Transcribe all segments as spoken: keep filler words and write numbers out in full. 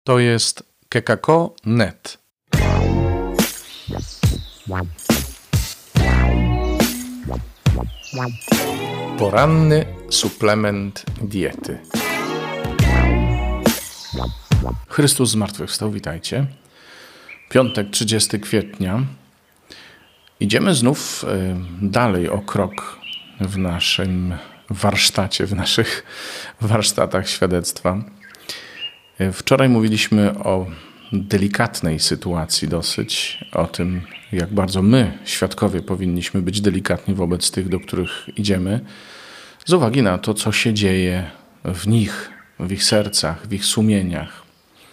To jest kekako kropka net. Poranny suplement diety. Chrystus zmartwychwstał, witajcie. Piątek, trzydziestego kwietnia. Idziemy znów dalej o krok w naszym warsztacie, w naszych warsztatach świadectwa. Wczoraj mówiliśmy o delikatnej sytuacji dosyć, o tym, jak bardzo my, świadkowie, powinniśmy być delikatni wobec tych, do których idziemy, z uwagi na to, co się dzieje w nich, w ich sercach, w ich sumieniach.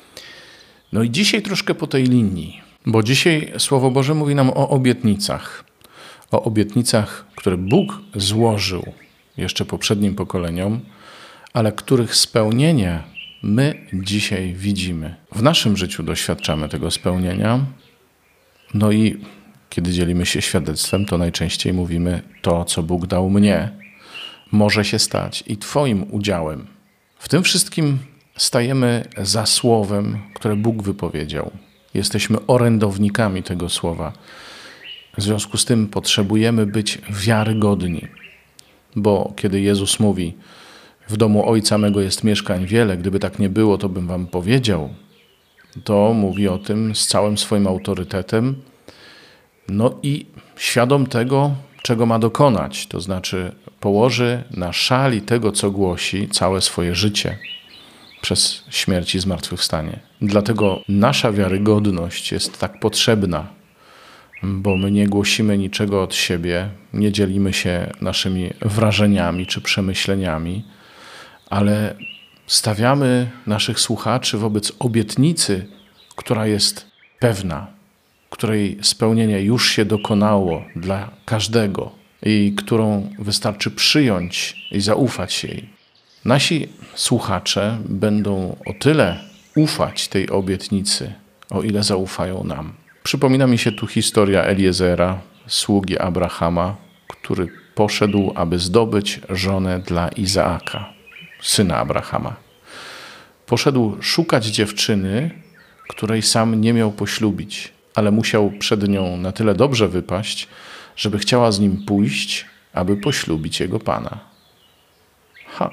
No i dzisiaj troszkę po tej linii, bo dzisiaj Słowo Boże mówi nam o obietnicach. O obietnicach, które Bóg złożył jeszcze poprzednim pokoleniom, ale których spełnienie my dzisiaj widzimy. W naszym życiu doświadczamy tego spełnienia. No i kiedy dzielimy się świadectwem, to najczęściej mówimy: to, co Bóg dał mnie, może się stać i Twoim udziałem. W tym wszystkim stajemy za słowem, które Bóg wypowiedział. Jesteśmy orędownikami tego słowa. W związku z tym potrzebujemy być wiarygodni. Bo kiedy Jezus mówi: w domu Ojca mego jest mieszkań wiele, gdyby tak nie było, to bym wam powiedział, to mówi o tym z całym swoim autorytetem, no i świadom tego, czego ma dokonać, to znaczy położy na szali tego, co głosi, całe swoje życie przez śmierć i zmartwychwstanie. Dlatego nasza wiarygodność jest tak potrzebna, bo my nie głosimy niczego od siebie, nie dzielimy się naszymi wrażeniami czy przemyśleniami, ale stawiamy naszych słuchaczy wobec obietnicy, która jest pewna, której spełnienie już się dokonało dla każdego i którą wystarczy przyjąć i zaufać jej. Nasi słuchacze będą o tyle ufać tej obietnicy, o ile zaufają nam. Przypomina mi się tu historia Eliezera, sługi Abrahama, który poszedł, aby zdobyć żonę dla Izaaka, syna Abrahama. Poszedł szukać dziewczyny, której sam nie miał poślubić, ale musiał przed nią na tyle dobrze wypaść, żeby chciała z nim pójść, aby poślubić jego pana. Ha!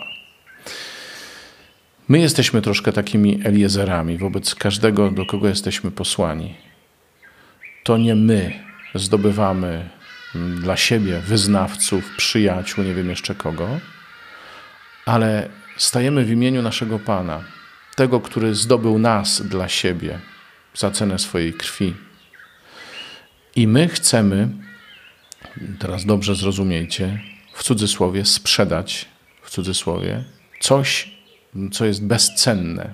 My jesteśmy troszkę takimi Eliezerami wobec każdego, do kogo jesteśmy posłani. To nie my zdobywamy dla siebie wyznawców, przyjaciół, nie wiem jeszcze kogo, ale stajemy w imieniu naszego Pana, tego, który zdobył nas dla siebie za cenę swojej krwi. I my chcemy, teraz dobrze zrozumiejcie, w cudzysłowie sprzedać, w cudzysłowie, coś, co jest bezcenne.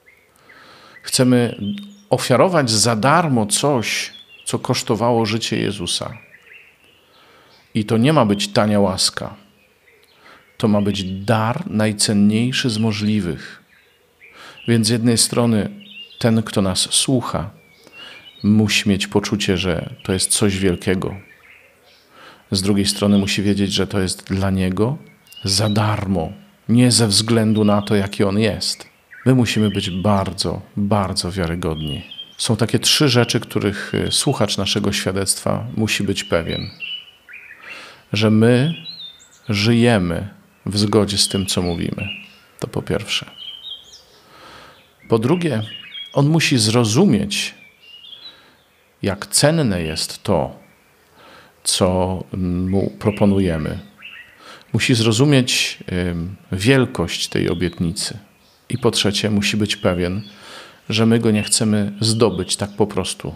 Chcemy ofiarować za darmo coś, co kosztowało życie Jezusa. I to nie ma być tania łaska. To ma być dar najcenniejszy z możliwych. Więc z jednej strony ten, kto nas słucha, musi mieć poczucie, że to jest coś wielkiego. Z drugiej strony musi wiedzieć, że to jest dla niego za darmo, nie ze względu na to, jaki on jest. My musimy być bardzo, bardzo wiarygodni. Są takie trzy rzeczy, których słuchacz naszego świadectwa musi być pewien. Że my żyjemy w zgodzie z tym, co mówimy. To po pierwsze. Po drugie, on musi zrozumieć, jak cenne jest to, co mu proponujemy. Musi zrozumieć wielkość tej obietnicy. I po trzecie, musi być pewien, że my go nie chcemy zdobyć tak po prostu.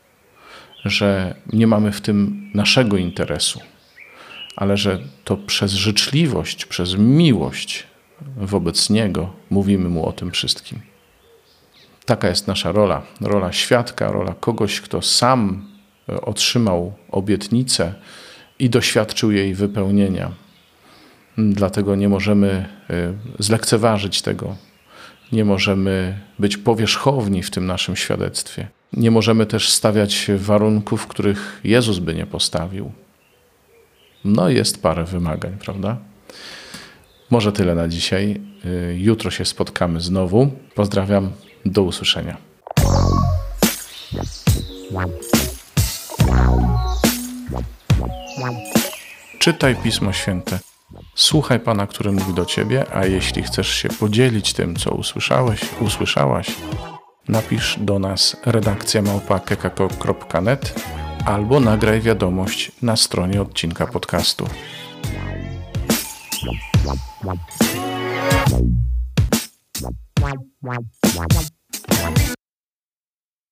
Że nie mamy w tym naszego interesu. Ale że to przez życzliwość, przez miłość wobec Niego mówimy Mu o tym wszystkim. Taka jest nasza rola. Rola świadka, rola kogoś, kto sam otrzymał obietnicę i doświadczył jej wypełnienia. Dlatego nie możemy zlekceważyć tego. Nie możemy być powierzchowni w tym naszym świadectwie. Nie możemy też stawiać warunków, których Jezus by nie postawił. No jest parę wymagań, prawda? Może tyle na dzisiaj. Jutro się spotkamy znowu. Pozdrawiam. Do usłyszenia. Czytaj Pismo Święte. Słuchaj Pana, który mówi do Ciebie, a jeśli chcesz się podzielić tym, co usłyszałeś, usłyszałaś, napisz do nas redakcja małpa kekako kropka net albo nagraj wiadomość na stronie odcinka podcastu.